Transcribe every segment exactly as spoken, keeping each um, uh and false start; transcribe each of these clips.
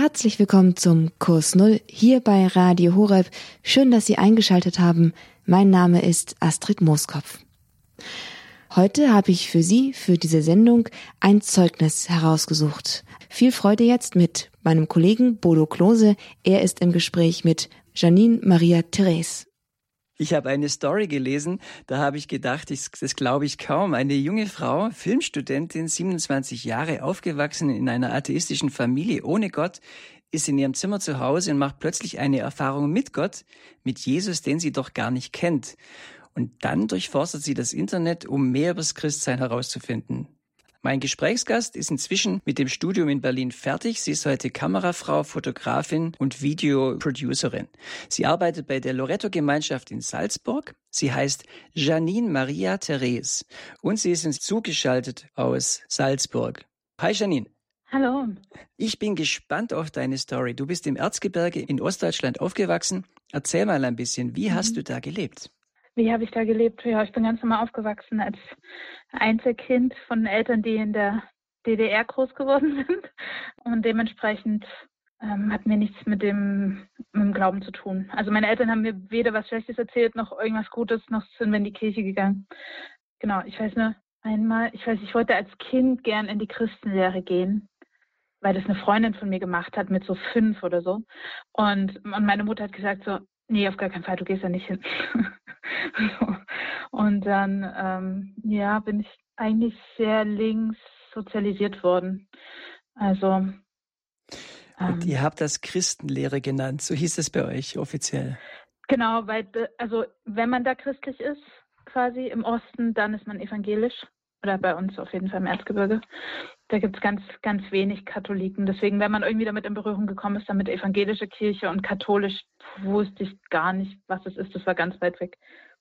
Herzlich willkommen zum Kurs Null hier bei Radio Horeb. Schön, dass Sie eingeschaltet haben. Mein Name ist Astrid Mooskopf. Heute habe ich für Sie, für diese Sendung, ein Zeugnis herausgesucht. Viel Freude jetzt mit meinem Kollegen Bodo Klose. Er ist im Gespräch mit Janine Maria Therese. Ich habe eine Story gelesen, da habe ich gedacht, ich, das glaube ich kaum. Eine junge Frau, Filmstudentin, siebenundzwanzig Jahre, aufgewachsen in einer atheistischen Familie ohne Gott, ist in ihrem Zimmer zu Hause und macht plötzlich eine Erfahrung mit Gott, mit Jesus, den sie doch gar nicht kennt. Und dann durchforstet sie das Internet, um mehr über das Christsein herauszufinden. Mein Gesprächsgast ist inzwischen mit dem Studium in Berlin fertig. Sie ist heute Kamerafrau, Fotografin und Videoproducerin. Sie arbeitet bei der Loretto-Gemeinschaft in Salzburg. Sie heißt Janine Maria Therese und sie ist uns zugeschaltet aus Salzburg. Hi Janine. Hallo. Ich bin gespannt auf deine Story. Du bist im Erzgebirge in Ostdeutschland aufgewachsen. Erzähl mal ein bisschen, wie hast Mhm. du da gelebt? Wie habe ich da gelebt? Ja, ich bin ganz normal aufgewachsen als Einzelkind von Eltern, die in der D D R groß geworden sind. Und dementsprechend ähm, hatten wir nichts mit dem, mit dem Glauben zu tun. Also meine Eltern haben mir weder was Schlechtes erzählt, noch irgendwas Gutes, noch sind wir in die Kirche gegangen. Genau, ich weiß nur einmal, ich weiß, ich wollte als Kind gern in die Christenlehre gehen, weil das eine Freundin von mir gemacht hat mit so fünf oder so. Und, und meine Mutter hat gesagt so, nee, auf gar keinen Fall, du gehst da nicht hin. So. Und dann, ähm, ja, bin ich eigentlich sehr links sozialisiert worden. Also, Und ähm, ihr habt das Christenlehre genannt, so hieß es bei euch offiziell. genau, weil, de- also, wenn man da christlich ist, quasi im Osten, dann ist man evangelisch. Oder bei uns auf jeden Fall im Erzgebirge. Da gibt es ganz, ganz wenig Katholiken. Deswegen, wenn man irgendwie damit in Berührung gekommen ist, dann mit evangelischer Kirche und katholisch, wusste ich gar nicht, was es ist. Das war ganz weit weg.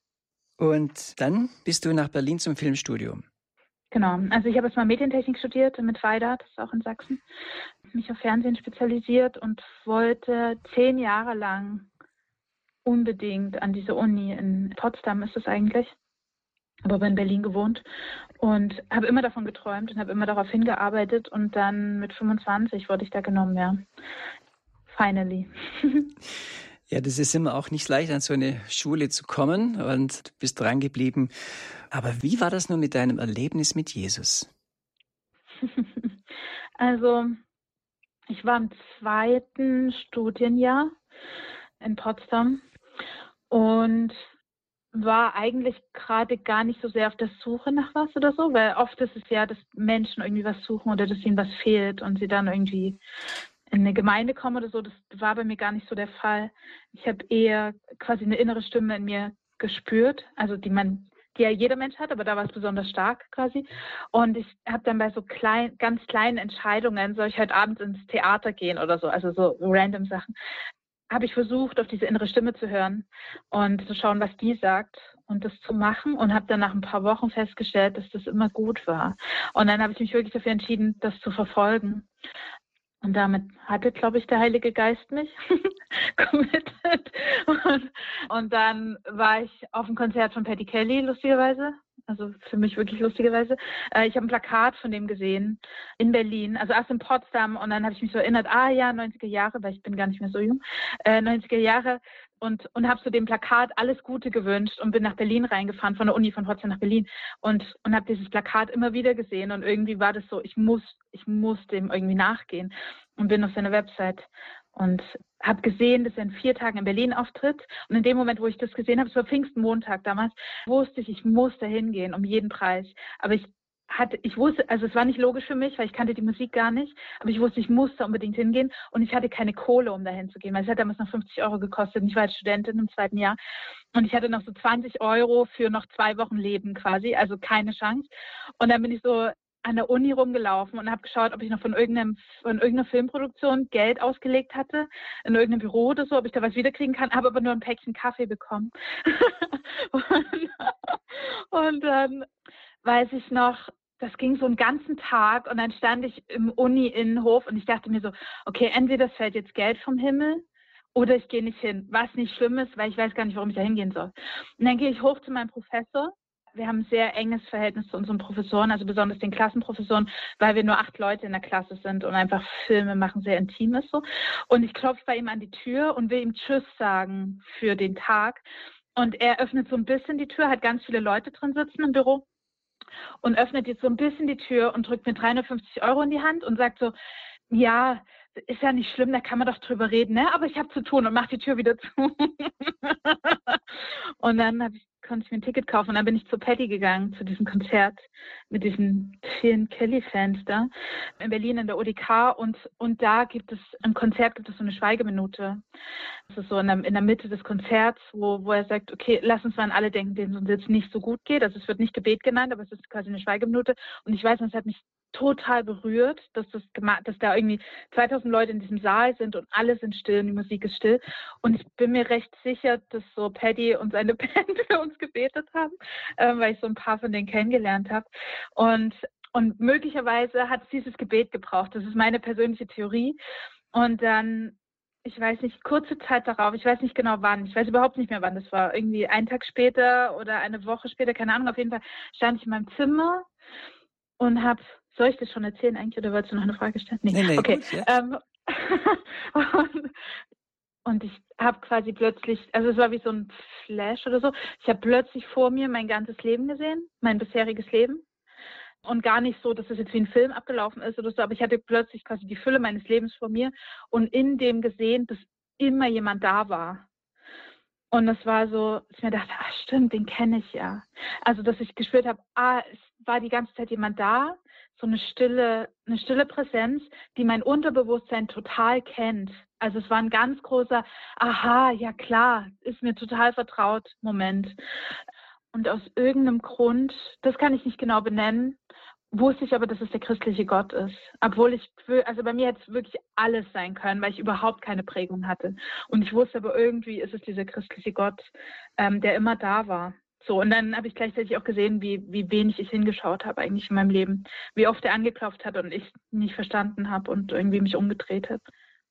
Und dann bist du nach Berlin zum Filmstudium. Genau. Also ich habe erstmal Medientechnik studiert mit Weida, das ist auch in Sachsen. Mich auf Fernsehen spezialisiert und wollte zehn Jahre lang unbedingt an diese Uni in Potsdam ist es eigentlich. Aber habe in Berlin gewohnt und habe immer davon geträumt und habe immer darauf hingearbeitet und dann mit fünfundzwanzig wurde ich da genommen, ja. Finally. Ja, das ist immer auch nicht leicht, an so eine Schule zu kommen und du bist dran geblieben. Aber wie war das nun mit deinem Erlebnis mit Jesus? Also, ich war im zweiten Studienjahr in Potsdam und war eigentlich gerade gar nicht so sehr auf der Suche nach was oder so, weil oft ist es ja, dass Menschen irgendwie was suchen oder dass ihnen was fehlt und sie dann irgendwie in eine Gemeinde kommen oder so. Das war bei mir gar nicht so der Fall. Ich habe eher quasi eine innere Stimme in mir gespürt, also die man, die ja jeder Mensch hat, aber da war es besonders stark quasi. Und ich habe dann bei so klein, ganz kleinen Entscheidungen, soll ich heute Abend ins Theater gehen oder so, also so random Sachen, habe ich versucht, auf diese innere Stimme zu hören und zu schauen, was die sagt und das zu machen und habe dann nach ein paar Wochen festgestellt, dass das immer gut war. Und dann habe ich mich wirklich dafür entschieden, das zu verfolgen. Und damit hatte, glaube ich, der Heilige Geist mich committed. Und, und dann war ich auf dem Konzert von Paddy Kelly, lustigerweise. Also für mich wirklich lustigerweise. Äh, ich habe ein Plakat von dem gesehen in Berlin, also erst in Potsdam. Und dann habe ich mich so erinnert, ah ja, neunziger Jahre, weil ich bin gar nicht mehr so jung, äh, neunziger Jahre. Und, und habe so dem Plakat alles Gute gewünscht und bin nach Berlin reingefahren, von der Uni von Potsdam nach Berlin. Und, und habe dieses Plakat immer wieder gesehen. Und irgendwie war das so, ich muss, ich muss dem irgendwie nachgehen. Und bin auf seiner Website und habe gesehen, dass er in vier Tagen in Berlin auftritt. Und in dem Moment, wo ich das gesehen habe, es war Pfingstenmontag damals, wusste ich, ich muss da hingehen, um jeden Preis. Aber ich hatte, ich wusste, also es war nicht logisch für mich, weil ich kannte die Musik gar nicht, aber ich wusste, ich muss da unbedingt hingehen und ich hatte keine Kohle, um da hinzugehen, weil es hat damals noch fünfzig Euro gekostet und ich war als Studentin im zweiten Jahr und ich hatte noch so zwanzig Euro für noch zwei Wochen Leben quasi, also keine Chance. Und dann bin ich so an der Uni rumgelaufen und habe geschaut, ob ich noch von irgendeinem von irgendeiner Filmproduktion Geld ausgelegt hatte, in irgendeinem Büro oder so, ob ich da was wiederkriegen kann, habe aber nur ein Päckchen Kaffee bekommen. und, und dann weiß ich noch, das ging so einen ganzen Tag und dann stand ich im Uni-Innenhof und ich dachte mir so, okay, entweder es fällt jetzt Geld vom Himmel oder ich gehe nicht hin, was nicht schlimm ist, weil ich weiß gar nicht, warum ich da hingehen soll. Und dann gehe ich hoch zu meinem Professor wir haben ein sehr enges Verhältnis zu unseren Professoren, also besonders den Klassenprofessoren, weil wir nur acht Leute in der Klasse sind und einfach Filme machen sehr intim ist so. Und ich klopfe bei ihm an die Tür und will ihm Tschüss sagen für den Tag. Und er öffnet so ein bisschen die Tür, hat ganz viele Leute drin sitzen im Büro und öffnet jetzt so ein bisschen die Tür und drückt mir dreihundertfünfzig Euro in die Hand und sagt so, ja, ist ja nicht schlimm, da kann man doch drüber reden, ne? Aber ich habe zu tun und mache die Tür wieder zu. Und dann hab ich, konnte ich mir ein Ticket kaufen und dann bin ich zu Patty gegangen, zu diesem Konzert mit diesen vielen Kelly-Fans da in Berlin in der O D K und, und da gibt es, im Konzert gibt es so eine Schweigeminute. Das ist so in der, in der Mitte des Konzerts, wo, wo er sagt, okay, lass uns mal an alle denken, denen es uns jetzt nicht so gut geht. Also es wird nicht Gebet genannt, aber es ist quasi eine Schweigeminute und ich weiß, es hat mich total berührt, dass das gemacht, dass da irgendwie zweitausend Leute in diesem Saal sind und alle sind still und die Musik ist still. Und ich bin mir recht sicher, dass so Paddy und seine Band für uns gebetet haben, äh, weil ich so ein paar von denen kennengelernt habe. Und, und möglicherweise hat es dieses Gebet gebraucht. Das ist meine persönliche Theorie. Und dann, ich weiß nicht, kurze Zeit darauf, ich weiß nicht genau wann, ich weiß überhaupt nicht mehr wann das war, irgendwie einen Tag später oder eine Woche später, keine Ahnung, auf jeden Fall stand ich in meinem Zimmer und habe, soll ich das schon erzählen eigentlich oder wolltest du noch eine Frage stellen? Nee, nee, nee okay. Gut, ja. ähm, und, und ich habe quasi plötzlich, also es war wie so ein Flash oder so, ich habe plötzlich vor mir mein ganzes Leben gesehen, mein bisheriges Leben. Und gar nicht so, dass es jetzt wie ein Film abgelaufen ist oder so, aber ich hatte plötzlich quasi die Fülle meines Lebens vor mir und in dem gesehen, dass immer jemand da war. Und das war so, dass ich mir dachte, ah stimmt, den kenne ich ja. Also, dass ich gespürt habe, ah, es war die ganze Zeit jemand da, so eine stille, eine stille Präsenz, die mein Unterbewusstsein total kennt. Also es war ein ganz großer, aha, ja klar, ist mir total vertraut Moment. Und aus irgendeinem Grund, das kann ich nicht genau benennen, wusste ich aber, dass es der christliche Gott ist. Obwohl ich, also bei mir hätte es wirklich alles sein können, weil ich überhaupt keine Prägung hatte. Und ich wusste aber irgendwie, ist es dieser christliche Gott, ähm, der immer da war. So, und dann habe ich gleichzeitig auch gesehen, wie, wie wenig ich hingeschaut habe eigentlich in meinem Leben. Wie oft er angeklopft hat und ich nicht verstanden habe und irgendwie mich umgedreht habe.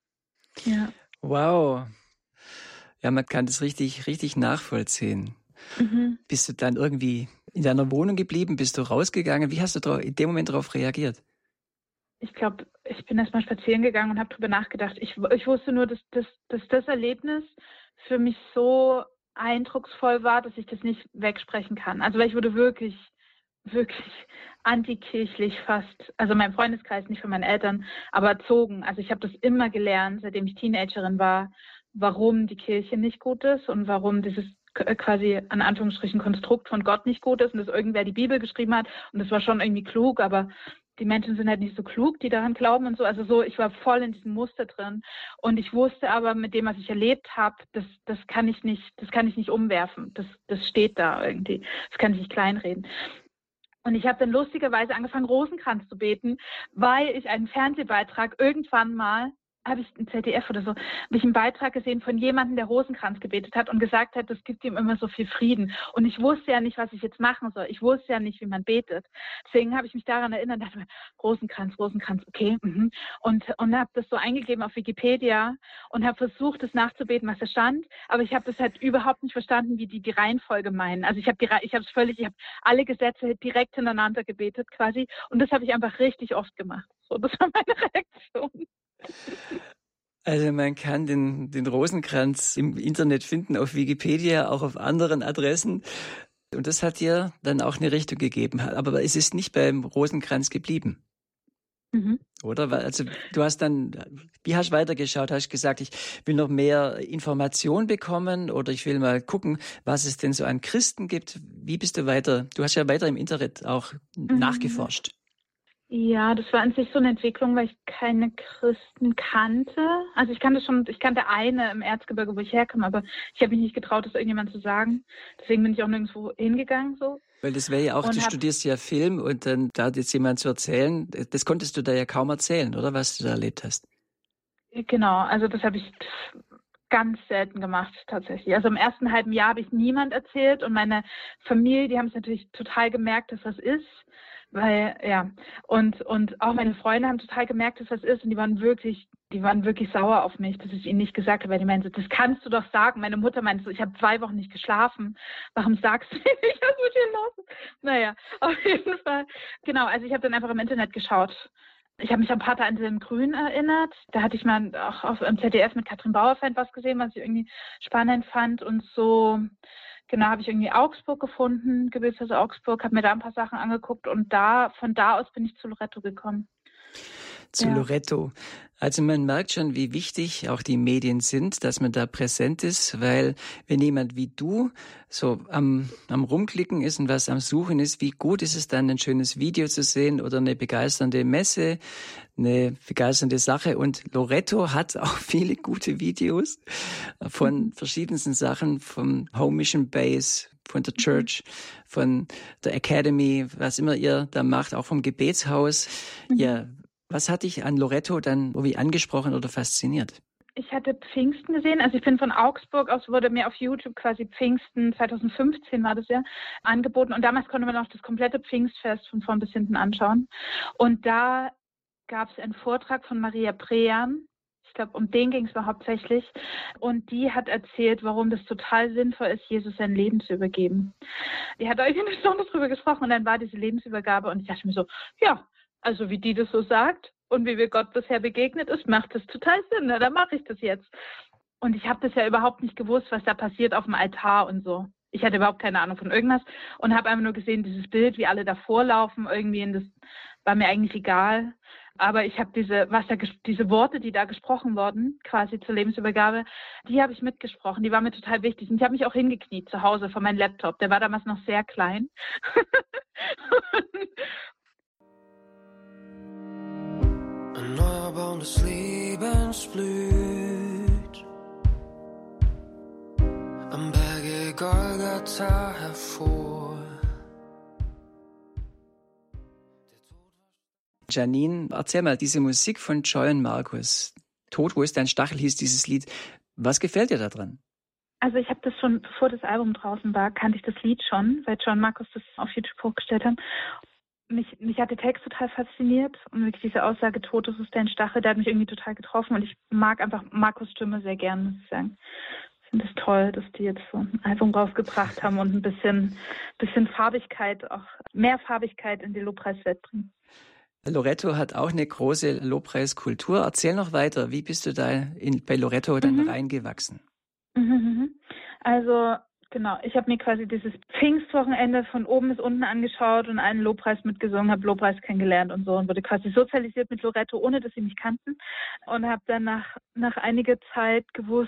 Ja. Wow. Ja, man kann das richtig, richtig nachvollziehen. Mhm. Bist du dann irgendwie in deiner Wohnung geblieben? Bist du rausgegangen? Wie hast du in dem Moment darauf reagiert? Ich glaube, ich bin erst mal spazieren gegangen und habe darüber nachgedacht. Ich, ich wusste nur, dass, dass, dass das Erlebnis für mich so eindrucksvoll war, dass ich das nicht wegsprechen kann. Also weil ich wurde wirklich, wirklich antikirchlich fast, also mein Freundeskreis, nicht von meinen Eltern, aber erzogen. Also ich habe das immer gelernt, seitdem ich Teenagerin war, warum die Kirche nicht gut ist und warum dieses quasi an Anführungsstrichen Konstrukt von Gott nicht gut ist und dass irgendwer die Bibel geschrieben hat und das war schon irgendwie klug, aber die Menschen sind halt nicht so klug, die daran glauben und so. Also so, ich war voll in diesem Muster drin und ich wusste aber mit dem, was ich erlebt habe, das, das kann ich nicht, das kann ich nicht umwerfen. Das, das steht da irgendwie. Das kann ich nicht kleinreden. Und ich habe dann lustigerweise angefangen, Rosenkranz zu beten, weil ich einen Fernsehbeitrag irgendwann mal habe ich ein Z D F oder so, habe ich einen Beitrag gesehen von jemandem, der Rosenkranz gebetet hat und gesagt hat, das gibt ihm immer so viel Frieden. Und ich wusste ja nicht, was ich jetzt machen soll. Ich wusste ja nicht, wie man betet. Deswegen habe ich mich daran erinnert und dachte mir, Rosenkranz, Rosenkranz, okay. Mhm. Und, und habe das so eingegeben auf Wikipedia und habe versucht, das nachzubeten, was da stand. Aber ich habe das halt überhaupt nicht verstanden, wie die die Reihenfolge meinen. Also ich habe die, ich habe es völlig, ich habe alle Gesetze direkt hintereinander gebetet quasi. Und das habe ich einfach richtig oft gemacht. So, das war meine Reaktion. Also man kann den, den Rosenkranz im Internet finden, auf Wikipedia, auch auf anderen Adressen. Und das hat dir dann auch eine Richtung gegeben. Aber es ist nicht beim Rosenkranz geblieben. Mhm. Oder? Also du hast dann, wie hast du weitergeschaut? Hast du gesagt, ich will noch mehr Informationen bekommen oder ich will mal gucken, was es denn so an Christen gibt. Wie bist du weiter? Du hast ja weiter im Internet auch mhm. nachgeforscht. Ja, das war an sich so eine Entwicklung, weil ich keine Christen kannte. Also ich kannte schon, ich kannte eine im Erzgebirge, wo ich herkomme, aber ich habe mich nicht getraut, das irgendjemand zu sagen. Deswegen bin ich auch nirgendwo hingegangen so. Weil das wäre ja auch, und du studierst ja Film und dann da jetzt jemand zu erzählen, das konntest du da ja kaum erzählen, oder was du da erlebt hast? Genau, also das habe ich ganz selten gemacht tatsächlich. Also im ersten halben Jahr habe ich niemand erzählt und meine Familie, die haben es natürlich total gemerkt, dass das ist. Weil, ja, und, und auch meine Freunde haben total gemerkt, dass das ist und die waren wirklich, die waren wirklich sauer auf mich, dass ich ihnen nicht gesagt habe, weil die meinten, das kannst du doch sagen. Meine Mutter meinte so, ich habe zwei Wochen nicht geschlafen. Warum sagst du mir nicht, was mit dir los ist? Naja, auf jeden Fall. Genau, also ich habe dann einfach im Internet geschaut. Ich habe mich an Pater Anselm Grün erinnert. Da hatte ich mal auch auf dem Z D F mit Katrin Bauerfeind was gesehen, was ich irgendwie spannend fand und so. Genau, habe ich irgendwie Augsburg gefunden, Gebetshaus Augsburg, habe mir da ein paar Sachen angeguckt und da von da aus bin ich zu Loretto gekommen. Zu Ja. Loretto. Also man merkt schon, wie wichtig auch die Medien sind, dass man da präsent ist, weil wenn jemand wie du so am, am Rumklicken ist und was am Suchen ist, wie gut ist es dann, ein schönes Video zu sehen oder eine begeisternde Messe, eine begeisternde Sache. Und Loretto hat auch viele gute Videos von verschiedensten Sachen, vom Home Mission Base, von der Church, von der Academy, was immer ihr da macht, auch vom Gebetshaus. Mhm. Ja, was hat dich an Loretto dann irgendwie angesprochen oder fasziniert? Ich hatte Pfingsten gesehen, also ich bin von Augsburg aus, wurde mir auf YouTube quasi Pfingsten, zwanzig fünfzehn war das ja, angeboten und damals konnte man auch das komplette Pfingstfest von vorn bis hinten anschauen und da gab es einen Vortrag von Maria Prean, ich glaube, um den ging es mir hauptsächlich und die hat erzählt, warum das total sinnvoll ist, Jesus sein Leben zu übergeben. Die hat da irgendwie eine Stunde drüber gesprochen und dann war diese Lebensübergabe und ich dachte mir so, ja, also wie die das so sagt und wie mir Gott bisher begegnet ist, macht das total Sinn. Ne? Dann mache ich das jetzt. Und ich habe das ja überhaupt nicht gewusst, was da passiert auf dem Altar und so. Ich hatte überhaupt keine Ahnung von irgendwas und habe einfach nur gesehen, dieses Bild, wie alle davor laufen irgendwie. Und das war mir eigentlich egal. Aber ich habe diese, was da, diese Worte, die da gesprochen wurden, quasi zur Lebensübergabe, die habe ich mitgesprochen. Die waren mir total wichtig. Und ich habe mich auch hingekniet zu Hause vor meinem Laptop. Der war damals noch sehr klein. Erneuerbares Lebensblüt am Berge Golgatha hervor. Janine, erzähl mal, diese Musik von Joy und Markus, Tod, wo ist dein Stachel, hieß dieses Lied. Was gefällt dir daran? Also ich habe das schon, bevor das Album draußen war, kannte ich das Lied schon, weil Joy und Markus das auf YouTube hochgestellt haben. Mich, mich hat der Text total fasziniert und wirklich diese Aussage, Tod, das ist dein Stachel, der hat mich irgendwie total getroffen und ich mag einfach Markus' Stimme sehr gern, muss ich sagen. Ich finde es toll, dass die jetzt so ein Album rausgebracht haben und ein bisschen, bisschen Farbigkeit, auch mehr Farbigkeit in die Lobpreiswelt bringen. Loretto hat auch eine große Lobpreiskultur. Erzähl noch weiter, wie bist du da in, bei Loretto dann Mhm. reingewachsen? Mhm. Also genau, ich habe mir quasi dieses Pfingstwochenende von oben bis unten angeschaut und einen Lobpreis mitgesungen, habe Lobpreis kennengelernt und so und wurde quasi sozialisiert mit Loretto, ohne dass sie mich kannten und habe dann nach, nach einiger Zeit gewusst,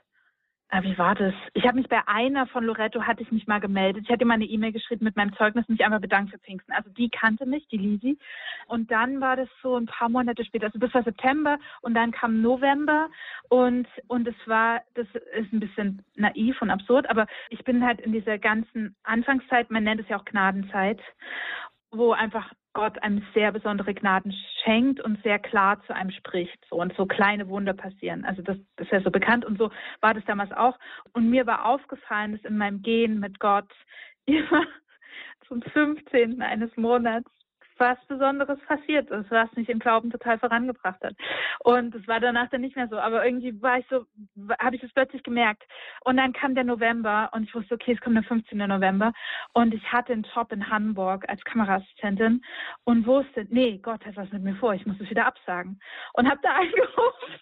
ah, wie war das? Ich habe mich bei einer von Loretto, hatte ich mich mal gemeldet. Ich hatte mal eine E-Mail geschrieben mit meinem Zeugnis und mich einfach bedankt für Pfingsten. Also die kannte mich, die Lisi. Und dann war das so ein paar Monate später, also das war September und dann kam November und und es war, das ist ein bisschen naiv und absurd, aber ich bin halt in dieser ganzen Anfangszeit, man nennt es ja auch Gnadenzeit, wo einfach Gott einem sehr besondere Gnaden schenkt und sehr klar zu einem spricht. So, und so kleine Wunder passieren. Also das, das ist ja so bekannt und so war das damals auch. Und mir war aufgefallen, dass in meinem Gehen mit Gott immer zum fünfzehnten eines Monats was Besonderes passiert ist, was mich im Glauben total vorangebracht hat. Und es war danach dann nicht mehr so, aber irgendwie war ich so, habe ich das plötzlich gemerkt. Und dann kam der November und ich wusste, okay, es kommt der fünfzehnten November und ich hatte einen Job in Hamburg als Kameraassistentin und wusste, nee, Gott hat was mit mir vor, ich muss es wieder absagen. Und habe da angerufen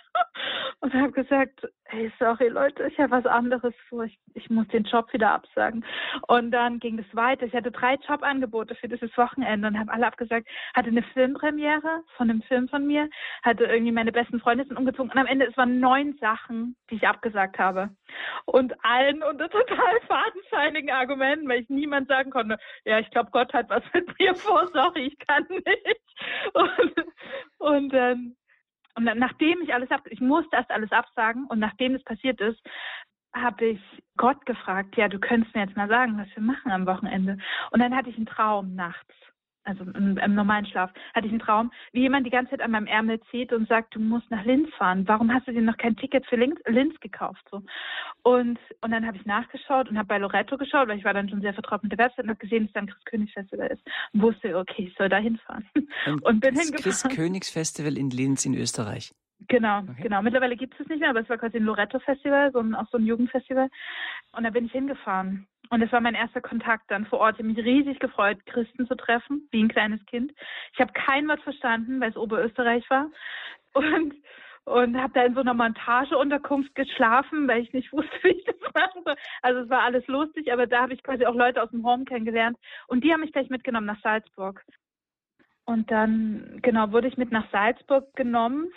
und habe gesagt, hey, sorry Leute, ich habe was anderes vor, ich, ich muss den Job wieder absagen. Und dann ging das weiter. Ich hatte drei Jobangebote für dieses Wochenende und habe alle abgesagt. Hatte eine Filmpremiere von einem Film von mir, hatte irgendwie meine besten Freunde sind umgezogen und am Ende, es waren neun Sachen, die ich abgesagt habe. Und allen unter total fadenscheinigen Argumenten, weil ich niemand sagen konnte, ja, ich glaube, Gott hat was mit mir vor, sorry, ich kann nicht. Und, und dann Und dann, nachdem ich alles ab, ich musste erst alles absagen und nachdem das passiert ist, habe ich Gott gefragt, ja, du könntest mir jetzt mal sagen, was wir machen am Wochenende. Und dann hatte ich einen Traum nachts. also im, im normalen Schlaf, hatte ich einen Traum, wie jemand die ganze Zeit an meinem Ärmel zieht und sagt, du musst nach Linz fahren. Warum hast du dir noch kein Ticket für Linz, Linz gekauft? So. Und, und dann habe ich nachgeschaut und habe bei Loretto geschaut, weil ich war dann schon sehr vertraut mit der Website und habe gesehen, dass da ein Christkönigsfestival ist. Und wusste, okay, ich soll da hinfahren. Ein und bin das hingefahren. Christkönigsfestival in Linz in Österreich. Genau, Okay. genau. Mittlerweile gibt es es nicht mehr, aber es war quasi ein Loretto-Festival, so ein, auch so ein Jugendfestival. Und da bin ich hingefahren. Und das war mein erster Kontakt dann vor Ort. Ich habe mich riesig gefreut, Christen zu treffen, wie ein kleines Kind. Ich habe kein Wort verstanden, weil es Oberösterreich war. Und, und habe da in so einer Montageunterkunft geschlafen, weil ich nicht wusste, wie ich das machen soll. Also es war alles lustig, aber da habe ich quasi auch Leute aus dem Home kennengelernt. Und die haben mich gleich mitgenommen nach Salzburg. Und dann, genau, wurde ich mit nach Salzburg genommen.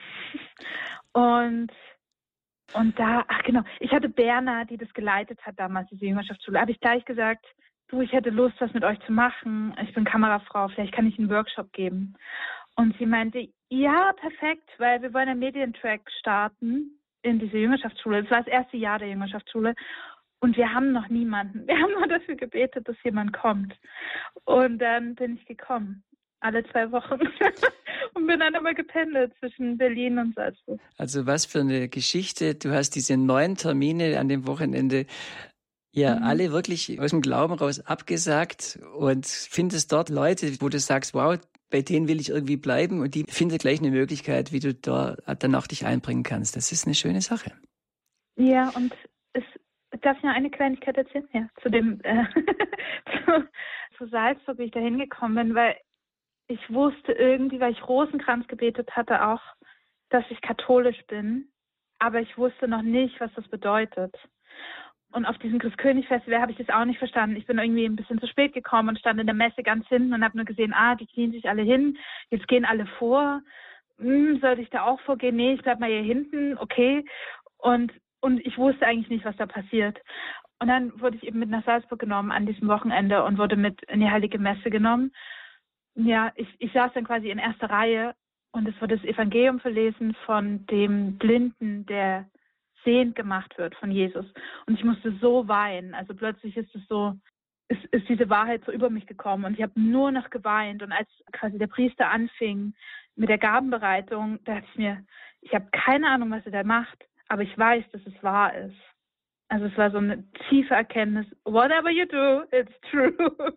Und Und da, ach genau, ich hatte Berna, die das geleitet hat damals, diese Jüngerschaftsschule, habe ich gleich gesagt, du, ich hätte Lust, was mit euch zu machen. Ich bin Kamerafrau, vielleicht kann ich einen Workshop geben. Und sie meinte, ja, perfekt, weil wir wollen einen Medientrack starten in diese Jüngerschaftsschule. Das war das erste Jahr der Jüngerschaftsschule. Und wir haben noch niemanden. Wir haben nur dafür gebetet, dass jemand kommt. Und dann bin ich gekommen. Alle zwei Wochen. Und bin dann immer gependelt zwischen Berlin und Salzburg. Also was für eine Geschichte. Du hast diese neun Termine an dem Wochenende ja mhm. alle wirklich aus dem Glauben raus abgesagt und findest dort Leute, wo du sagst, wow, bei denen will ich irgendwie bleiben und die finden gleich eine Möglichkeit, wie du da dann auch dich einbringen kannst. Das ist eine schöne Sache. Ja, und es darf ich noch eine Kleinigkeit erzählen? Ja, zu dem äh, zu, zu Salzburg, wie ich da hingekommen bin, weil ich wusste irgendwie, weil ich Rosenkranz gebetet hatte auch, dass ich katholisch bin, aber ich wusste noch nicht, was das bedeutet. Und auf diesem Christkönig-Festival habe ich das auch nicht verstanden. Ich bin irgendwie ein bisschen zu spät gekommen und stand in der Messe ganz hinten und habe nur gesehen, ah, die knien sich alle hin, jetzt gehen alle vor. Hm, sollte ich da auch vorgehen? Nee, ich bleib mal hier hinten, okay. Und, und ich wusste eigentlich nicht, was da passiert. Und dann wurde ich eben mit nach Salzburg genommen an diesem Wochenende und wurde mit in die Heilige Messe genommen. Ja, ich, ich saß dann quasi in erster Reihe und es wurde das Evangelium verlesen von dem Blinden, der sehend gemacht wird von Jesus. Und ich musste so weinen. Also plötzlich ist es so, ist, ist diese Wahrheit so über mich gekommen und ich habe nur noch geweint. Und als quasi der Priester anfing mit der Gabenbereitung, da dachte ich mir, ich habe keine Ahnung, was er da macht, aber ich weiß, dass es wahr ist. Also es war so eine tiefe Erkenntnis, whatever you do, it's true,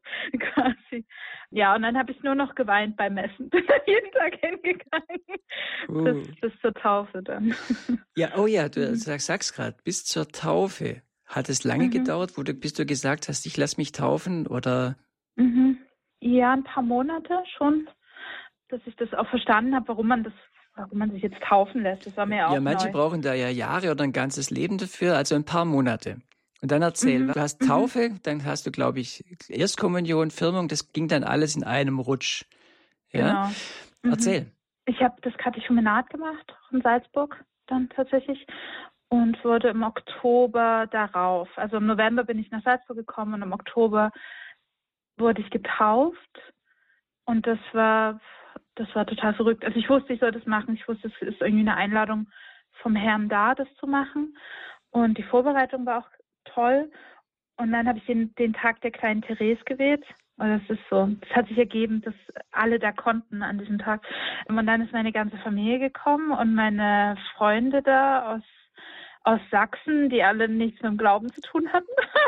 quasi. Ja, und dann habe ich nur noch geweint beim Messen. Bin da jeden Tag hingegangen. Uh. Bis, bis zur Taufe dann. Ja, oh ja, du mhm. sag, sagst gerade, bis zur Taufe. Hat es lange mhm. gedauert, wo du, bis du gesagt hast, ich lass mich taufen, oder? Mhm. Ja, ein paar Monate schon, dass ich das auch verstanden habe, warum man das warum man sich jetzt taufen lässt. Das war mir ja auch Ja, manche neu. brauchen da ja Jahre oder ein ganzes Leben dafür, also ein paar Monate. Und dann erzähl, mhm. du hast Taufe, mhm. dann hast du, glaube ich, Erstkommunion, Firmung, das ging dann alles in einem Rutsch. Ja? Genau. Mhm. Erzähl. Ich habe das Katechumenat gemacht in Salzburg dann tatsächlich und wurde im Oktober darauf, also im November bin ich nach Salzburg gekommen und im Oktober wurde ich getauft und das war Das war total verrückt. Also ich wusste, ich soll das machen. Ich wusste, es ist irgendwie eine Einladung vom Herrn da, das zu machen. Und die Vorbereitung war auch toll. Und dann habe ich den, den Tag der kleinen Therese gewählt. Und das ist so, das hat sich ergeben, dass alle da konnten an diesem Tag. Und dann ist meine ganze Familie gekommen und meine Freunde da aus, aus Sachsen, die alle nichts mit dem Glauben zu tun hatten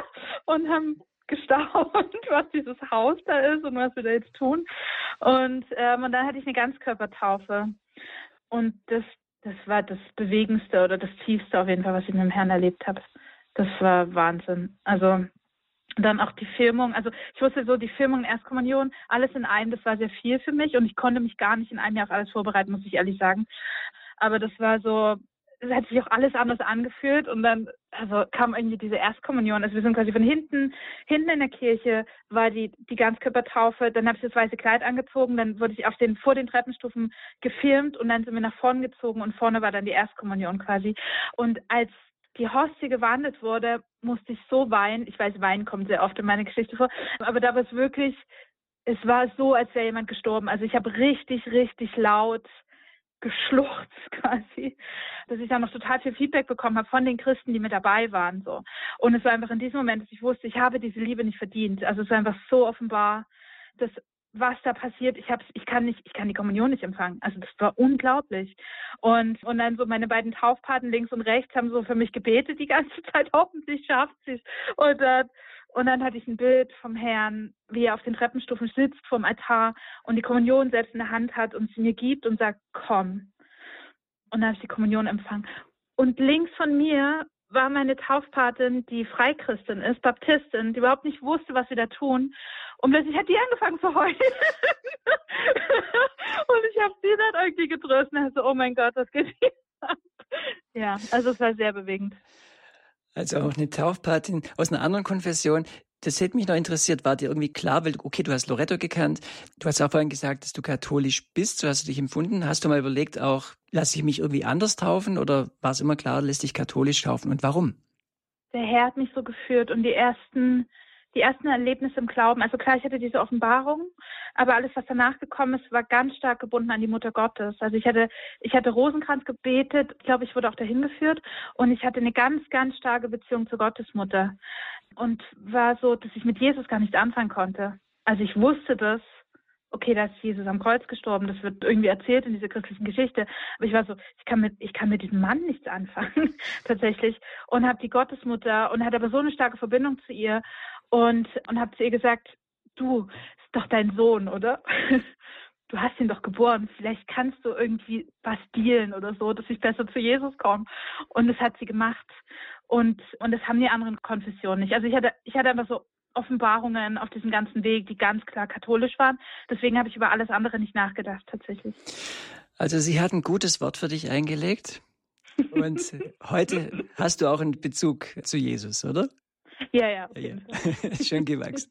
und haben gestaunt, was dieses Haus da ist und was wir da jetzt tun. Und, ähm, und dann hatte ich eine Ganzkörpertaufe. Und das, das war das Bewegendste oder das Tiefste auf jeden Fall, was ich mit dem Herrn erlebt habe. Das war Wahnsinn. Also dann auch die Firmung. Also ich wusste so, die Firmung, Erstkommunion, alles in einem, das war sehr viel für mich. Und ich konnte mich gar nicht in einem Jahr auf alles vorbereiten, muss ich ehrlich sagen. Aber das war so, es hat sich auch alles anders angefühlt und dann also kam irgendwie diese Erstkommunion. Also wir sind quasi von hinten, hinten in der Kirche war die, die Ganzkörpertaufe, dann habe ich das weiße Kleid angezogen, dann wurde ich auf den, vor den Treppenstufen gefilmt und dann sind wir nach vorne gezogen und vorne war dann die Erstkommunion quasi. Und als die Hostie gewandelt wurde, musste ich so weinen. Ich weiß, Weinen kommt sehr oft in meine Geschichte vor, aber da war es wirklich, es war so, als wäre jemand gestorben. Also ich habe richtig, richtig laut geschluchzt quasi, dass ich dann noch total viel Feedback bekommen habe von den Christen, die mit dabei waren. So. Und es war einfach in diesem Moment, dass ich wusste, ich habe diese Liebe nicht verdient. Also es war einfach so offenbar, dass was da passiert. Ich hab's, ich kann nicht, ich kann die Kommunion nicht empfangen. Also das war unglaublich. Und, und dann so meine beiden Taufpaten links und rechts haben so für mich gebetet die ganze Zeit. Hoffentlich schafft sie es. Und dann, und dann hatte ich ein Bild vom Herrn, wie er auf den Treppenstufen sitzt vom Altar und die Kommunion selbst in der Hand hat und sie mir gibt und sagt, komm. Und dann habe ich die Kommunion empfangen. Und links von mir war meine Taufpatin, die Freichristin ist, Baptistin, die überhaupt nicht wusste, was sie da tun. Und plötzlich hat die angefangen zu heulen. Und ich habe sie dann irgendwie getröstet und so, oh mein Gott, was geht hier ab? Ja, also es war sehr bewegend. Also auch eine Taufpatin aus einer anderen Konfession. Das hätte mich noch interessiert. War dir irgendwie klar, weil, okay, du hast Loretto gekannt. Du hast auch vorhin gesagt, dass du katholisch bist. So hast du dich empfunden. Hast du mal überlegt, auch, lasse ich mich irgendwie anders taufen? Oder war es immer klar, lässt dich katholisch taufen? Und warum? Der Herr hat mich so geführt und die ersten, die ersten Erlebnisse im Glauben. Also klar, ich hatte diese Offenbarung, aber alles, was danach gekommen ist, war ganz stark gebunden an die Mutter Gottes. Also ich hatte, ich hatte Rosenkranz gebetet. Ich glaube, ich wurde auch dahin geführt. Und ich hatte eine ganz, ganz starke Beziehung zur Gottesmutter. Und war so, dass ich mit Jesus gar nicht anfangen konnte. Also ich wusste das, okay, da ist Jesus am Kreuz gestorben, das wird irgendwie erzählt in dieser christlichen Geschichte. Aber ich war so, ich kann mit, ich kann mit diesem Mann nichts anfangen, tatsächlich. Und habe die Gottesmutter und hatte aber so eine starke Verbindung zu ihr und, und habe zu ihr gesagt, du, ist doch dein Sohn, oder? Du hast ihn doch geboren, vielleicht kannst du irgendwie was dealen oder so, dass ich besser zu Jesus komme. Und das hat sie gemacht. Und, und das haben die anderen Konfessionen nicht. Also ich hatte, ich hatte einfach so Offenbarungen auf diesem ganzen Weg, die ganz klar katholisch waren. Deswegen habe ich über alles andere nicht nachgedacht, tatsächlich. Also sie hat ein gutes Wort für dich eingelegt. Und heute hast du auch einen Bezug zu Jesus, oder? Ja, ja, auf jeden ja. Fall. Schön gewachsen.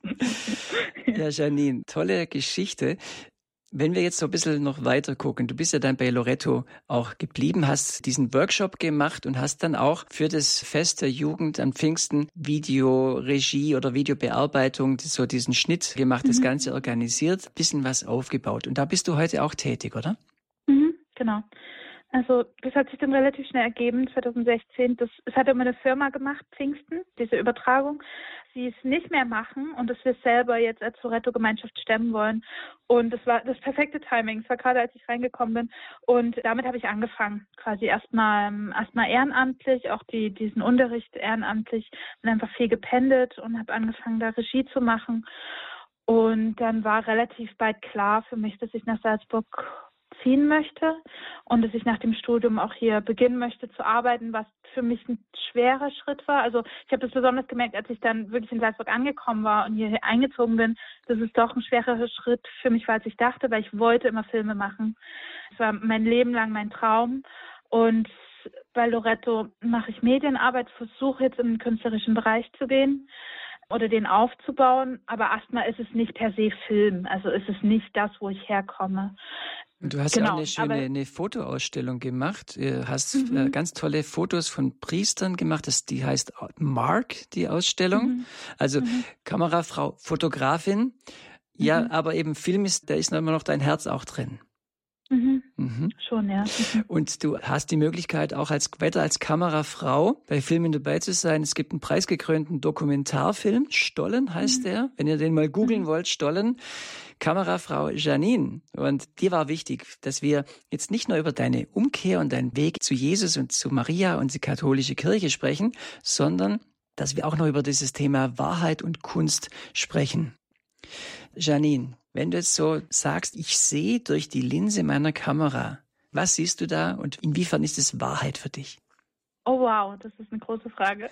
Ja, Janine, tolle Geschichte. Wenn wir jetzt so ein bisschen noch weiter gucken, du bist ja dann bei Loretto auch geblieben, hast diesen Workshop gemacht und hast dann auch für das Fest der Jugend an Pfingsten Videoregie oder Videobearbeitung, so diesen Schnitt gemacht, mhm. das Ganze organisiert, bisschen was aufgebaut. Und da bist du heute auch tätig, oder? Mhm, genau. Also das hat sich dann relativ schnell ergeben, zwanzig sechzehn. Das, das hat immer eine Firma gemacht, Pfingsten, diese Übertragung. Sie es nicht mehr machen und dass wir es selber jetzt als Loretto-Gemeinschaft stemmen wollen. Und das war das perfekte Timing. Es war gerade, als ich reingekommen bin. Und damit habe ich angefangen, quasi erstmal erstmal ehrenamtlich, auch die diesen Unterricht ehrenamtlich. Bin einfach viel gependelt und habe angefangen, da Regie zu machen. Und dann war relativ bald klar für mich, dass ich nach Salzburg ziehen möchte und dass ich nach dem Studium auch hier beginnen möchte zu arbeiten, was für mich ein schwerer Schritt war. Also ich habe das besonders gemerkt, als ich dann wirklich in Salzburg angekommen war und hier eingezogen bin, dass es doch ein schwererer Schritt für mich war, als ich dachte, weil ich wollte immer Filme machen. Es war mein Leben lang mein Traum und bei Loretto mache ich Medienarbeit, versuche jetzt in den künstlerischen Bereich zu gehen oder den aufzubauen, aber erstmal ist es nicht per se Film, also ist es nicht das, wo ich herkomme. Du hast genau, ja auch eine schöne eine Fotoausstellung gemacht. Du hast mhm. ganz tolle Fotos von Priestern gemacht. Das, die heißt Mark, die Ausstellung. Mhm. Also mhm. Kamerafrau, Fotografin. Ja, mhm. aber eben Film ist, da ist noch immer noch dein Herz auch drin. Mhm. Mhm. Schon, ja. Mhm. Und du hast die Möglichkeit, auch als weiter als Kamerafrau bei Filmen dabei zu sein. Es gibt einen preisgekrönten Dokumentarfilm, Stollen heißt mhm. der. Wenn ihr den mal googeln mhm. wollt, Stollen. Kamerafrau Janine. Und dir war wichtig, dass wir jetzt nicht nur über deine Umkehr und deinen Weg zu Jesus und zu Maria und die katholische Kirche sprechen, sondern dass wir auch noch über dieses Thema Wahrheit und Kunst sprechen. Janine, wenn du jetzt so sagst, ich sehe durch die Linse meiner Kamera, was siehst du da und inwiefern ist es Wahrheit für dich? Oh wow, das ist eine große Frage.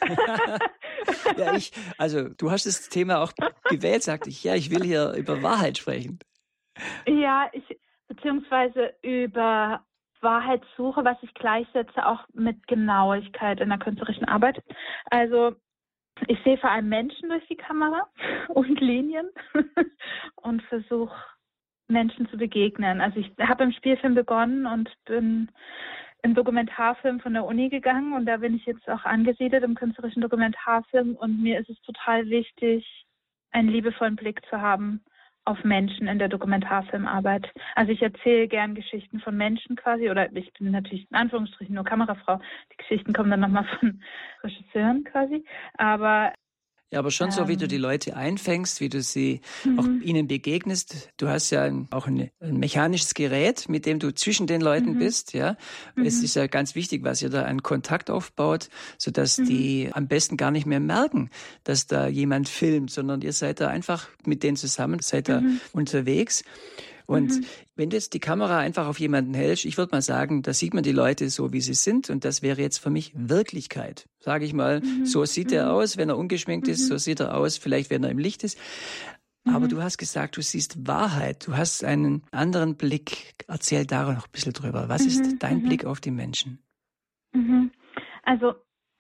ja, ich, also du hast das Thema auch gewählt, sagte ich, ja, ich will hier über Wahrheit sprechen. Ja, ich, beziehungsweise über Wahrheitssuche, was ich gleichsetze auch mit Genauigkeit in der künstlerischen Arbeit. Also ich sehe vor allem Menschen durch die Kamera und Linien und versuche Menschen zu begegnen. Also ich habe im Spielfilm begonnen und bin im Dokumentarfilm von der Uni gegangen und da bin ich jetzt auch angesiedelt im künstlerischen Dokumentarfilm und mir ist es total wichtig, einen liebevollen Blick zu haben auf Menschen in der Dokumentarfilmarbeit. Also ich erzähle gern Geschichten von Menschen quasi oder ich bin natürlich in Anführungsstrichen nur Kamerafrau. Die Geschichten kommen dann nochmal von Regisseuren quasi, aber Ja, aber schon ähm, so, wie du die Leute einfängst, wie du sie mhm. auch ihnen begegnest. Du hast ja ein, auch ein, ein mechanisches Gerät, mit dem du zwischen den Leuten mhm. bist. Ja, mhm. Es ist ja ganz wichtig, was ihr da an Kontakt aufbaut, sodass mhm. die am besten gar nicht mehr merken, dass da jemand filmt, sondern ihr seid da einfach mit denen zusammen, seid da mhm. unterwegs. Und mhm. wenn du jetzt die Kamera einfach auf jemanden hältst, ich würde mal sagen, da sieht man die Leute so, wie sie sind. Und das wäre jetzt für mich Wirklichkeit. Sage ich mal, mhm. so sieht mhm. er aus, wenn er ungeschminkt mhm. ist, so sieht er aus, vielleicht wenn er im Licht ist. Aber mhm. du hast gesagt, du siehst Wahrheit, du hast einen anderen Blick. Erzähl da noch ein bisschen drüber. Was mhm. ist dein mhm. Blick auf die Menschen? Mhm. Also,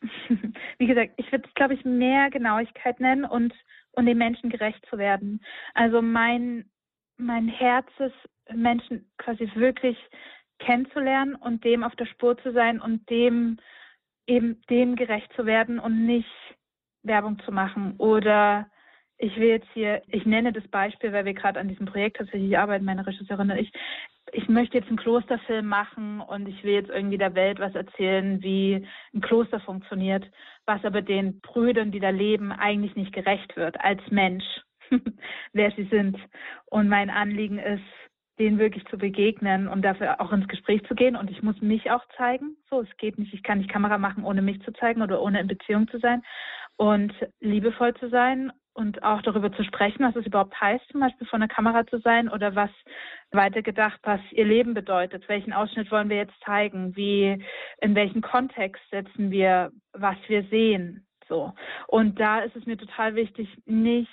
wie gesagt, ich würde es, glaube ich, mehr Genauigkeit nennen und, und den Menschen gerecht zu werden. Also mein Mein Herz ist, Menschen quasi wirklich kennenzulernen und dem auf der Spur zu sein und dem eben dem gerecht zu werden und nicht Werbung zu machen. Oder ich will jetzt hier, ich nenne das Beispiel, weil wir gerade an diesem Projekt tatsächlich arbeiten, meine Regisseurin und ich, ich möchte jetzt einen Klosterfilm machen und ich will jetzt irgendwie der Welt was erzählen, wie ein Kloster funktioniert, was aber den Brüdern, die da leben, eigentlich nicht gerecht wird als Mensch. Wer sie sind. Und mein Anliegen ist, denen wirklich zu begegnen und dafür auch ins Gespräch zu gehen. Und ich muss mich auch zeigen. So, es geht nicht, ich kann nicht Kamera machen, ohne mich zu zeigen oder ohne in Beziehung zu sein. Und liebevoll zu sein und auch darüber zu sprechen, was es überhaupt heißt, zum Beispiel vor einer Kamera zu sein oder was weitergedacht, was ihr Leben bedeutet. Welchen Ausschnitt wollen wir jetzt zeigen? Wie, in welchen Kontext setzen wir, was wir sehen? So. Und da ist es mir total wichtig, nicht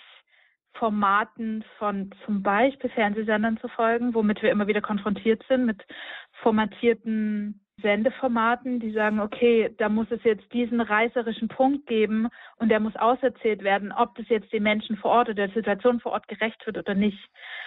Formaten von zum Beispiel Fernsehsendern zu folgen, womit wir immer wieder konfrontiert sind, mit formatierten Sendeformaten, die sagen, okay, da muss es jetzt diesen reißerischen Punkt geben und der muss auserzählt werden, ob das jetzt den Menschen vor Ort oder der Situation vor Ort gerecht wird oder nicht.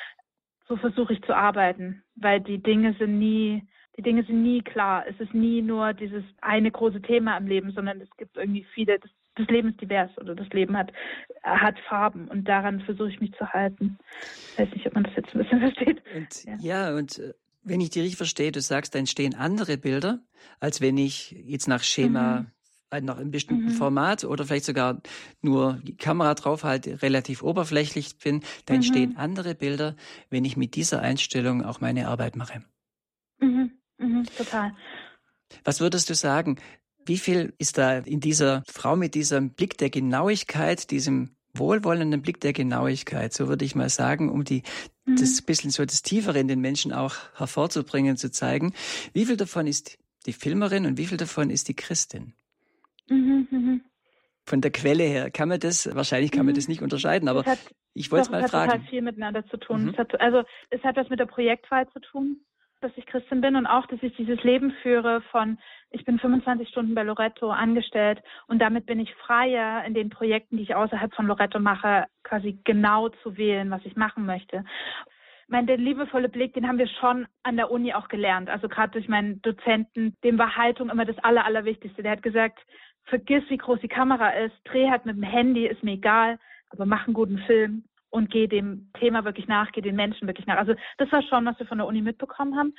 So versuche ich zu arbeiten, weil die Dinge sind nie, die Dinge sind nie klar. Es ist nie nur dieses eine große Thema im Leben, sondern es gibt irgendwie viele, das Das Leben ist divers oder das Leben hat, hat Farben und daran versuche ich mich zu halten. Ich weiß nicht, ob man das jetzt ein bisschen versteht. Und, ja. ja, und wenn ich dich richtig verstehe, du sagst, da entstehen andere Bilder, als wenn ich jetzt nach Schema, mhm. nach einem bestimmten mhm. Format oder vielleicht sogar nur die Kamera draufhalte, relativ oberflächlich bin. Da mhm. entstehen andere Bilder, wenn ich mit dieser Einstellung auch meine Arbeit mache. Mhm. Mhm. Total. Was würdest du sagen? Wie viel ist da in dieser Frau mit diesem Blick der Genauigkeit, diesem wohlwollenden Blick der Genauigkeit, so würde ich mal sagen, um die mhm. das bisschen so das Tiefere in den Menschen auch hervorzubringen, zu zeigen. Wie viel davon ist die Filmerin und wie viel davon ist die Christin? Mhm, mh. Von der Quelle her kann man das, wahrscheinlich kann man das nicht unterscheiden, aber hat, ich wollte es mal fragen. Es hat total viel miteinander zu tun. Mhm. Es hat, also es hat was mit der Projektwahl zu tun, dass ich Christin bin und auch, dass ich dieses Leben führe von, ich bin fünfundzwanzig Stunden bei Loretto angestellt und damit bin ich freier in den Projekten, die ich außerhalb von Loretto mache, quasi genau zu wählen, was ich machen möchte. Ich meine, der liebevolle Blick, den haben wir schon an der Uni auch gelernt. Also gerade durch meinen Dozenten, dem war Haltung immer das Aller, Allerwichtigste. Der hat gesagt, vergiss, wie groß die Kamera ist, dreh halt mit dem Handy, ist mir egal, aber mach einen guten Film. Und gehe dem Thema wirklich nach, gehe den Menschen wirklich nach. Also das war schon, was wir von der Uni mitbekommen haben.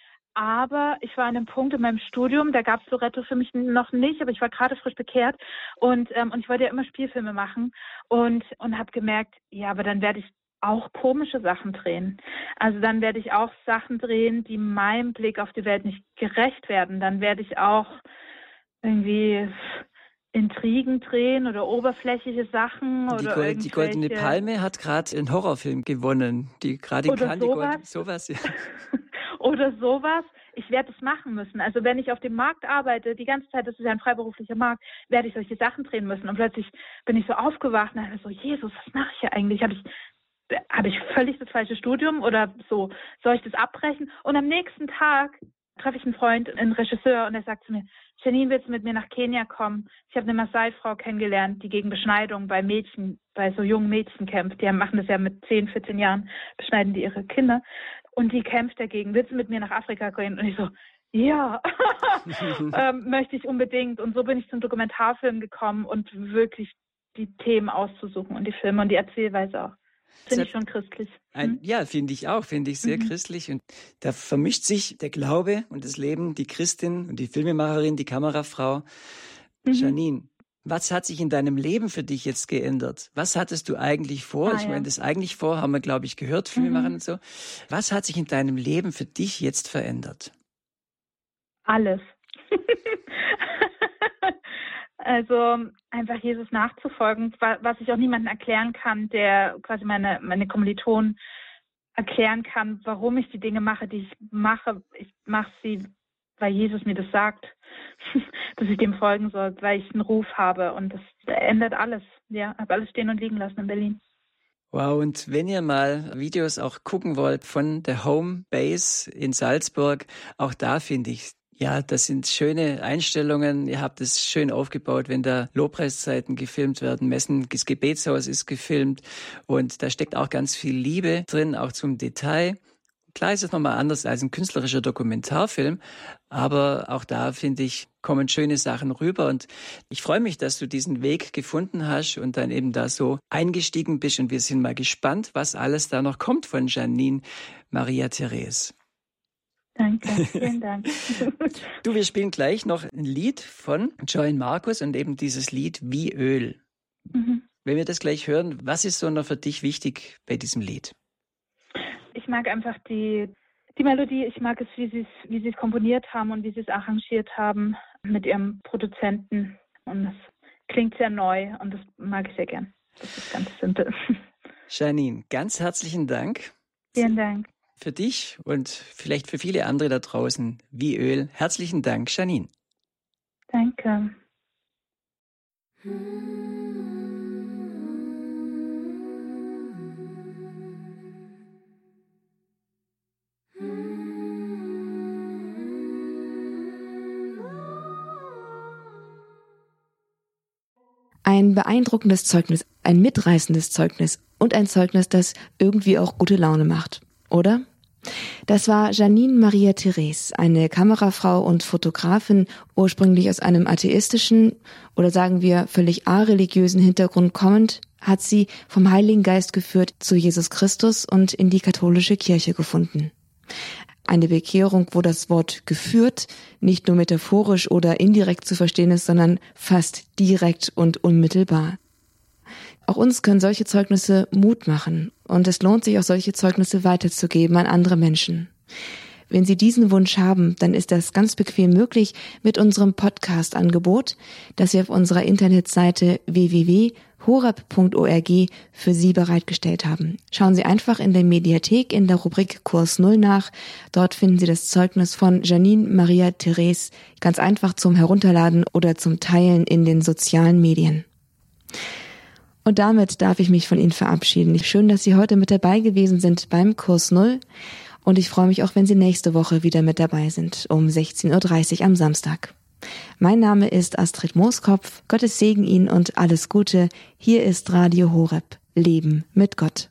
Aber ich war an einem Punkt in meinem Studium, da gab es Loretto für mich noch nicht, aber ich war gerade frisch bekehrt und ähm, und ich wollte ja immer Spielfilme machen und und habe gemerkt, ja, aber dann werde ich auch komische Sachen drehen. Also dann werde ich auch Sachen drehen, die meinem Blick auf die Welt nicht gerecht werden. Dann werde ich auch irgendwie Intrigen drehen oder oberflächliche Sachen die oder Gold, irgendwelche... Die Goldene Palme hat gerade einen Horrorfilm gewonnen. Die gerade oder kann sowas. Die sowas, ja. Oder sowas. Ich werde es machen müssen. Also wenn ich auf dem Markt arbeite, die ganze Zeit, das ist ja ein freiberuflicher Markt, werde ich solche Sachen drehen müssen. Und plötzlich bin ich so aufgewacht und dachte so, Jesus, was mache ich hier eigentlich? Habe ich, habe ich völlig das falsche Studium oder so? Soll ich das abbrechen? Und am nächsten Tag treffe ich einen Freund, einen Regisseur, und er sagt zu mir, Janine, willst du mit mir nach Kenia kommen? Ich habe eine Maasai-Frau kennengelernt, die gegen Beschneidung bei Mädchen, bei so jungen Mädchen kämpft. Die machen das ja mit zehn, vierzehn Jahren, beschneiden die ihre Kinder. Und die kämpft dagegen. Willst du mit mir nach Afrika gehen? Und ich so, ja, ähm, möchte ich unbedingt. Und so bin ich zum Dokumentarfilm gekommen und wirklich die Themen auszusuchen und die Filme und die Erzählweise auch. Finde ich schon christlich. Ein, hm? Ja, finde ich auch, finde ich sehr mhm. christlich. Und da vermischt sich der Glaube und das Leben, die Christin und die Filmemacherin, die Kamerafrau. Mhm. Janine, Was hat sich in deinem Leben für dich jetzt geändert? Was hattest du eigentlich vor? Ah, ich ja. meine, das eigentlich vor, haben wir, glaube ich, gehört, Filme Mhm. machen und so. Was hat sich in deinem Leben für dich jetzt verändert? Alles. Also einfach Jesus nachzufolgen, wa- was ich auch niemandem erklären kann, der quasi meine, meine Kommilitonen erklären kann, warum ich die Dinge mache, die ich mache. Ich mache sie, weil Jesus mir das sagt, dass ich dem folgen soll, weil ich einen Ruf habe. Und das ändert alles. Ja, habe alles stehen und liegen lassen in Berlin. Wow, und wenn ihr mal Videos auch gucken wollt von der Home Base in Salzburg, auch da finde ich, ja, das sind schöne Einstellungen. Ihr habt es schön aufgebaut, wenn da Lobpreiszeiten gefilmt werden, Messen, das Gebetshaus ist gefilmt und da steckt auch ganz viel Liebe drin, auch zum Detail. Klar ist es nochmal anders als ein künstlerischer Dokumentarfilm, aber auch da, finde ich, kommen schöne Sachen rüber und ich freue mich, dass du diesen Weg gefunden hast und dann eben da so eingestiegen bist und wir sind mal gespannt, was alles da noch kommt von Janine Maria Therese. Danke, vielen Dank. Du, wir spielen gleich noch ein Lied von Joan Marcus und eben dieses Lied Wie Öl. Mhm. Wenn wir das gleich hören, was ist so noch für dich wichtig bei diesem Lied? Ich mag einfach die, die Melodie, ich mag es, wie sie es, wie sie es komponiert haben und wie sie es arrangiert haben mit ihrem Produzenten. Und es klingt sehr neu und das mag ich sehr gern. Das ist ganz simpel. Janine, ganz herzlichen Dank. Vielen Dank. Für dich und vielleicht für viele andere da draußen wie Öl. Herzlichen Dank, Janine. Danke. Ein beeindruckendes Zeugnis, ein mitreißendes Zeugnis und ein Zeugnis, das irgendwie auch gute Laune macht, oder? Das war Janine Maria Therese, eine Kamerafrau und Fotografin, ursprünglich aus einem atheistischen oder sagen wir völlig areligiösen Hintergrund kommend, hat sie vom Heiligen Geist geführt zu Jesus Christus und in die katholische Kirche gefunden. Eine Bekehrung, wo das Wort geführt nicht nur metaphorisch oder indirekt zu verstehen ist, sondern fast direkt und unmittelbar. Auch uns können solche Zeugnisse Mut machen und es lohnt sich auch solche Zeugnisse weiterzugeben an andere Menschen. Wenn Sie diesen Wunsch haben, dann ist das ganz bequem möglich mit unserem Podcast-Angebot, das wir auf unserer Internetseite w w w punkt horeb punkt org für Sie bereitgestellt haben. Schauen Sie einfach in der Mediathek in der Rubrik Kurs Null nach. Dort finden Sie das Zeugnis von Janine Maria Therese ganz einfach zum Herunterladen oder zum Teilen in den sozialen Medien. Und damit darf ich mich von Ihnen verabschieden. Schön, dass Sie heute mit dabei gewesen sind beim Kurs Null. Und ich freue mich auch, wenn Sie nächste Woche wieder mit dabei sind, um sechzehn Uhr dreißig am Samstag. Mein Name ist Astrid Mooskopf. Gottes Segen Ihnen und alles Gute. Hier ist Radio Horeb. Leben mit Gott.